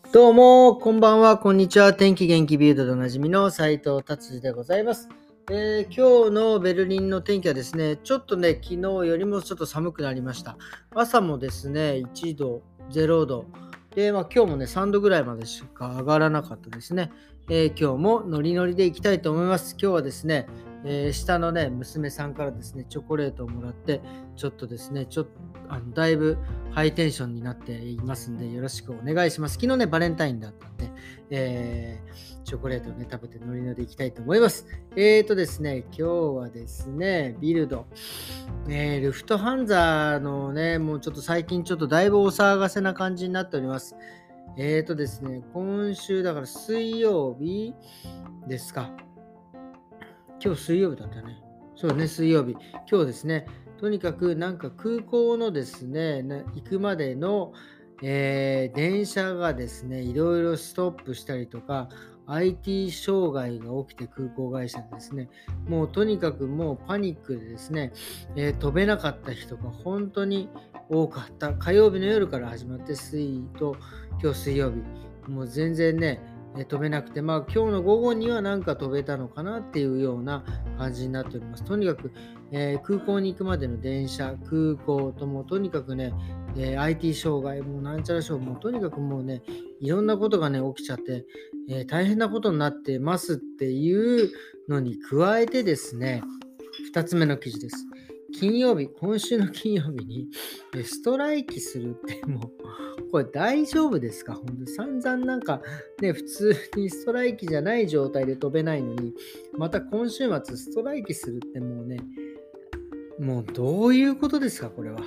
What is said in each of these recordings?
どうも、こんばんは、こんにちは。天気元気ビルドでおなじみの斉藤達治でございます。今日のベルリンの天気はですね、ちょっとね、昨日よりもちょっと寒くなりました。朝もですね、1度、0度。で、今日もね、3度ぐらいまでしか上がらなかったですね。今日もノリノリでいきたいと思います。今日はですね、下のね、娘さんからですね、チョコレートをもらって、ちょっとですね、だいぶハイテンションになっていますんで、よろしくお願いします。昨日ね、バレンタインだったんで、チョコレートをね、食べてノリノリでいきたいと思います。ですね、今日はですね、ビルド、ルフトハンザのね、もうちょっと最近ちょっとだいぶお騒がせな感じになっております。ですね、今週だから水曜日ですか。今日水曜日だったね。そうね、水曜日。今日ですね、とにかくなんか空港のですね、行くまでの、電車がですね、いろいろストップしたりとか、IT 障害が起きて空港会社でですね、もうとにかくもうパニックでですね、飛べなかった人が本当に多かった。火曜日の夜から始まって今日水曜日。もう全然ね、飛べなくて、今日の午後にはなんか飛べたのかなっていうような感じになっております。とにかく、空港に行くまでの電車、空港ともとにかくね、IT 障害、もうなんちゃら障害、もうとにかくもうね、いろんなことがね、起きちゃって、大変なことになってますっていうのに加えてですね、2つ目の記事です。今週の金曜日にストライキするってもう、これ大丈夫ですか？本当に散々なんかね、普通にストライキじゃない状態で飛べないのに、また今週末ストライキするってもうね、もうどういうことですか、これは。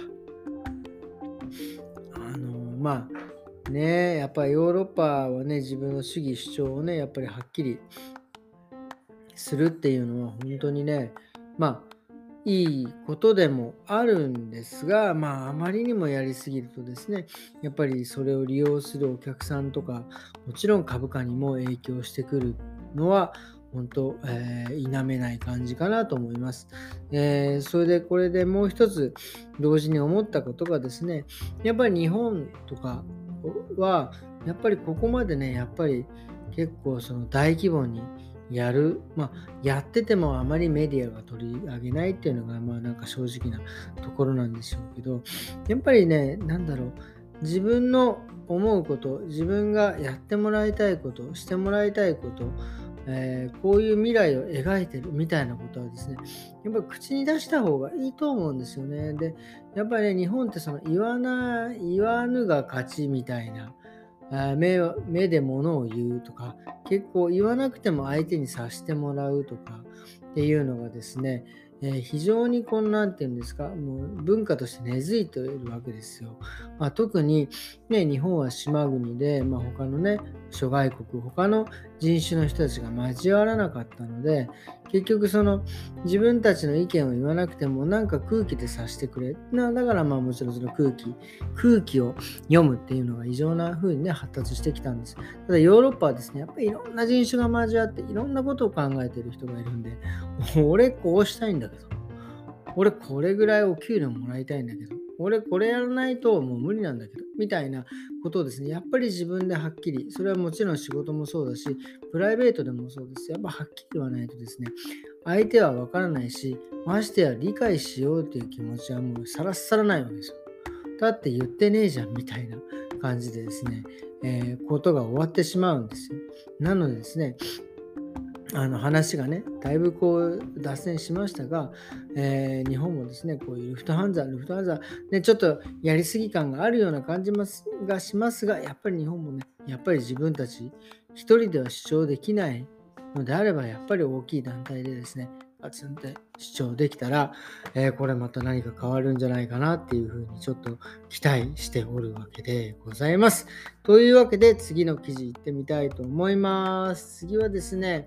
やっぱりヨーロッパはね、自分の主義主張をね、やっぱりはっきりするっていうのは本当にね、いいことでもあるんですが、あまりにもやりすぎるとですね、やっぱりそれを利用するお客さんとか、もちろん株価にも影響してくるのは、本当、否めない感じかなと思います。それでこれでもう一つ同時に思ったことがですね、やっぱり日本とかは、やっぱりここまでね、やっぱり結構その大規模にやっててもあまりメディアが取り上げないっていうのが、なんか正直なところなんでしょうけど、やっぱりね、自分の思うこと、自分がやってもらいたいこと、してもらいたいこと、こういう未来を描いてるみたいなことはですね、やっぱり口に出した方がいいと思うんですよね。で、やっぱりね、日本ってその言わぬが勝ちみたいな、目で物を言うとか、結構言わなくても相手に察してもらうとかっていうのがですね、非常になんていうんですか、もう文化として根付いているわけですよ。特に、ね、日本は島国で、他のね、諸外国、他の人種の人たちが交わらなかったので、結局自分たちの意見を言わなくてもなんか空気で察してくれ。だからもちろんその空気を読むっていうのが異常な風にね、発達してきたんです。ただヨーロッパはですね、やっぱりいろんな人種が交わっていろんなことを考えている人がいるんで、俺こうしたいんだけど、俺これぐらいお給料もらいたいんだけど、俺これやらないともう無理なんだけど、みたいなことをですね、やっぱり自分ではっきり、それはもちろん仕事もそうだし、プライベートでもそうです。やっぱはっきり言わないとですね、相手はわからないし、ましてや理解しようという気持ちはもうさらさらないわけですよ。だって言ってねえじゃんみたいな感じでですね、ことが終わってしまうんですよ。なのでですね、話がね、だいぶ脱線しましたが、日本もですね、こういうルフトハンザ、ね、ちょっとやりすぎ感があるような感じがしますが、やっぱり日本もね、やっぱり自分たち一人では主張できないのであれば、やっぱり大きい団体でですね、ガツンと主張できたら、これまた何か変わるんじゃないかなっていうふうにちょっと期待しておるわけでございます。というわけで次の記事行ってみたいと思います。次はですね、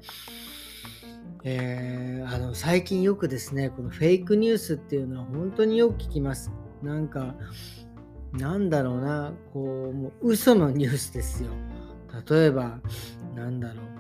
最近よくですね、このフェイクニュースっていうのは本当によく聞きます。なんか、なんだろうな、もう嘘のニュースですよ。例えば、なんだろう、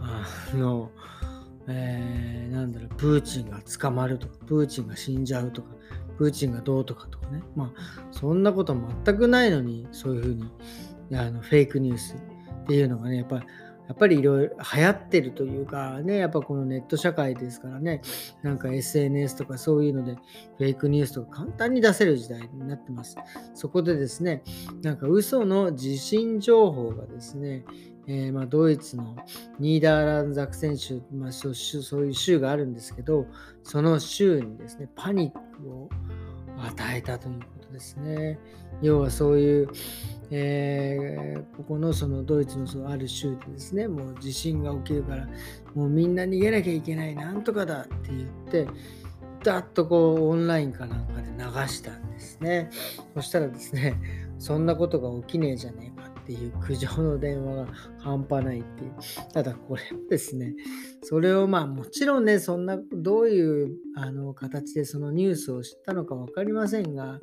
プーチンが捕まるとか、プーチンが死んじゃうとか、プーチンがどうとかとかね。そんなこと全くないのに、そういうふうに、フェイクニュース。 っていうのがね、やっぱりいろいろ流行ってるというかね、やっぱこのネット社会ですからね、なんか SNS とかそういうのでフェイクニュースとか簡単に出せる時代になってます。そこでですね、なんか嘘の地震情報がですね、ドイツのニーダーランザクセン州、そういう州があるんですけど、その州にですね、パニックを与えたということですね。要はそういう、ここのそのドイツのそのある州でですね、もう地震が起きるから、もうみんな逃げなきゃいけない、なんとかだって言って、ダッとこうオンラインかなんかで流したんですね。そしたらですね、そんなことが起きねえじゃねえかっていう苦情の電話が半端ないっていう。ただこれはですね、それをもちろんね、そんなどういう形でそのニュースを知ったのか分かりませんが、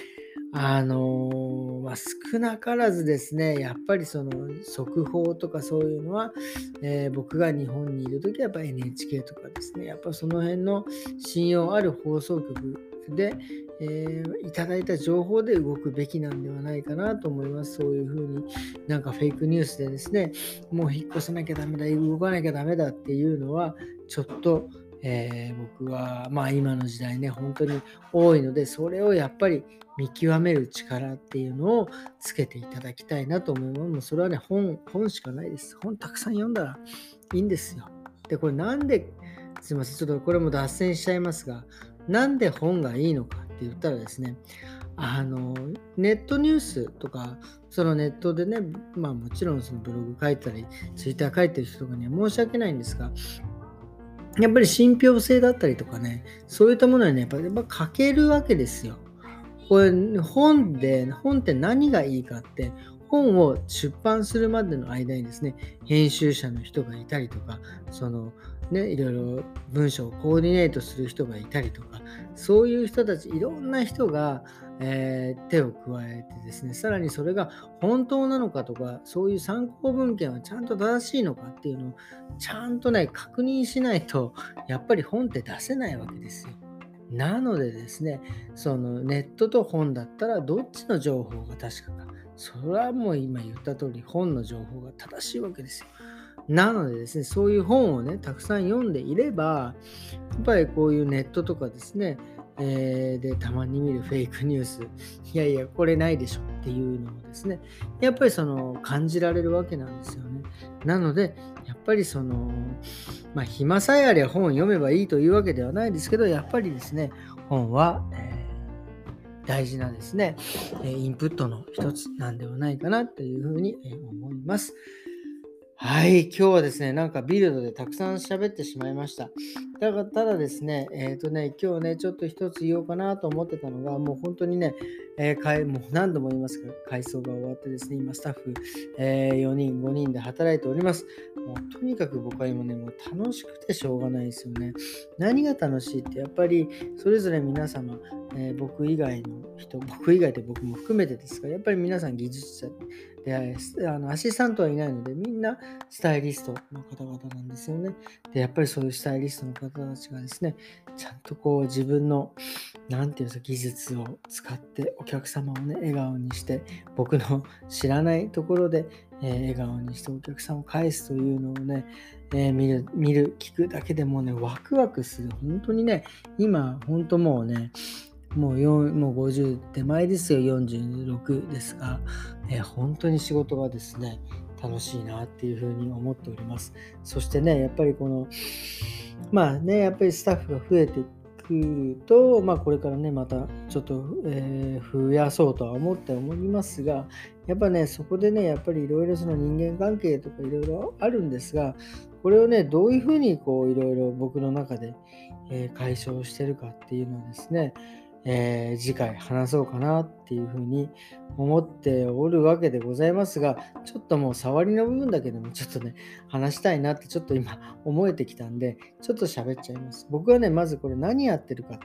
少なからずですね、やっぱりその速報とかそういうのは、僕が日本にいるときはやっぱ NHK とかですね、やっぱその辺の信用ある放送局で、いただいた情報で動くべきなんではないかなと思います。そういうふうになんかフェイクニュースでですね、もう引っ越さなきゃダメだ、動かなきゃダメだっていうのは、ちょっと、僕は今の時代ね、本当に多いので、それをやっぱり見極める力っていうのをつけていただきたいなと思います。もうそれはね、本しかないです。本たくさん読んだらいいんですよ。で、これなんで、すいません、ちょっとこれも脱線しちゃいますが、なんで本がいいのかって言ったらですね、ネットニュースとか、そのネットでね、もちろんそのブログ書いたり、ツイッター書いてる人とかには申し訳ないんですが、やっぱり信憑性だったりとかね、そういったものはね、やっぱ書けるわけですよ。これ本って何がいいかって、本を出版するまでの間にですね、編集者の人がいたりとか、そのね、いろいろ文章をコーディネートする人がいたりとか、そういう人たち、いろんな人が、手を加えてですね、さらにそれが本当なのかとか、そういう参考文献はちゃんと正しいのかっていうのをちゃんとね、確認しないと、やっぱり本って出せないわけですよ。なのでですね、そのネットと本だったらどっちの情報が確かか。それはもう今言った通り本の情報が正しいわけですよ。なのでですね、そういう本をね、たくさん読んでいれば、やっぱりこういうネットとかですね、で、たまに見るフェイクニュース、いやいや、これないでしょっていうのをですね、やっぱりその感じられるわけなんですよね。なので、やっぱりその、暇さえあれば本を読めばいいというわけではないですけど、やっぱりですね、本は、大事なですね、インプットの一つなんではないかなというふうに思います。はい、今日はですね、なんかビルドでたくさん喋ってしまいました。ただですね、今日ね、ちょっと一つ言おうかなと思ってたのが、もう本当にね、もう何度も言いますが、改装が終わってですね、今スタッフ、4人、5人で働いております。もうとにかく僕は今ね、もう楽しくてしょうがないですよね。何が楽しいって、やっぱりそれぞれ皆様、僕以外の人、僕以外で僕も含めてですが、やっぱり皆さん技術者で、アシスタントはいないので、みんなスタイリストの方々なんですよね。で、やっぱりそういうスタイリストの方たちがですね、ちゃんとこう自分の、なんていうんですか、技術を使ってお客様をね、笑顔にして、僕の知らないところで、笑顔にしてお客さんを返すというのをね、見る、聞くだけでもね、ワクワクする。本当にね、今、本当もうね、もう50手前ですよ、46ですが、本当に仕事がですね、楽しいなっていうふうに思っております。そしてね、やっぱりこの、やっぱりスタッフが増えてくると、これからね、またちょっと、増やそうとは思いますが、やっぱね、そこでね、やっぱりいろいろその人間関係とかいろいろあるんですが、これをね、どういうふうにこういろいろ僕の中で、解消してるかっていうのをですね、次回話そうかなっていうふうに思っておるわけでございますが、ちょっともう触りの部分だけでもちょっとね、話したいなってちょっと今思えてきたんで、ちょっと喋っちゃいます。僕はね、まずこれ何やってるかって、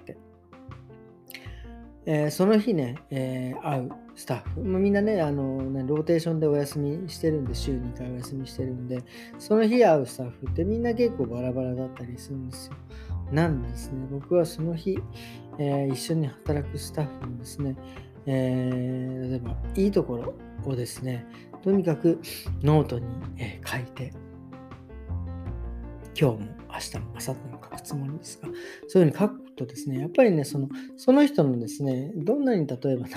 その日ね、会うスタッフ、みんなね、ローテーションでお休みしてるんで、週2回お休みしてるんで、その日会うスタッフってみんな結構バラバラだったりするんですよ。なんですね、僕はその日、一緒に働くスタッフにですね、 例えばいいところをですね、とにかくノートに、書いて、今日も明日も明後日も書くつもりですが、そういうふうに書くとですね、やっぱりね、その人のですね、どんなに例えば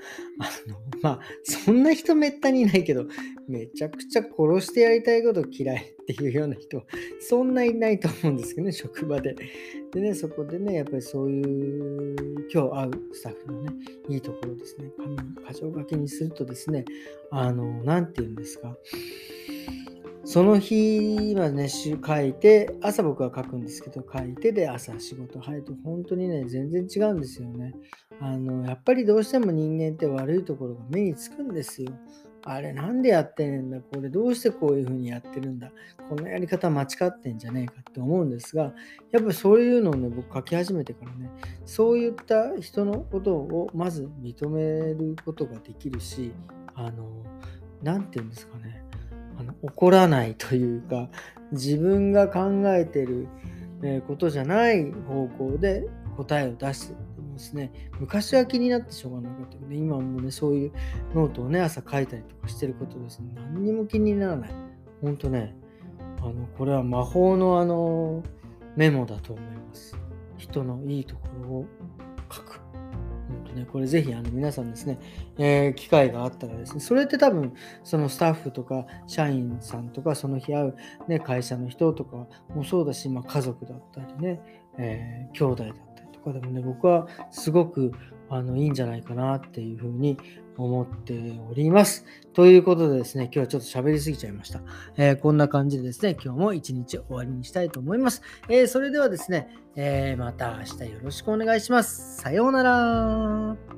そんな人めったにいないけど、めちゃくちゃ殺してやりたいこと嫌いっていうような人は、そんないないと思うんですけどね、職場で。でね、そこでね、やっぱりそういう、今日会うスタッフのね、いいところですね、紙に箇条書きにするとですね、なんて言うんですか、その日はね、書いて、朝僕は書くんですけど、書いてで朝仕事入ると本当にね、全然違うんですよね。やっぱりどうしても人間って悪いところが目につくんですよ。あれなんでやってんだ、これどうしてこういう風にやってるんだ、このやり方間違ってんじゃねえかって思うんですが、やっぱりそういうのをね、僕書き始めてからね、そういった人のことをまず認めることができるし、なんて言うんですかね、怒らないというか、自分が考えてる、ことじゃない方向で答えを出してですね、昔は気になってしょうがなかったけど、今はもうね、そういうノートをね、朝書いたりとかしてることですね、何にも気にならない。ほんとね、これは魔法のメモだと思います。人のいいところを書く。これぜひ皆さんですね、機会があったらですね、それって多分そのスタッフとか社員さんとかその日会う、ね、会社の人とかもそうだし、家族だったりね、兄弟だったりとかでもね、僕はすごくいいんじゃないかなっていうふうに思っております。ということでですね、今日はちょっと喋りすぎちゃいました。こんな感じでですね、今日も一日終わりにしたいと思います。それではですね、また明日よろしくお願いします。さようなら。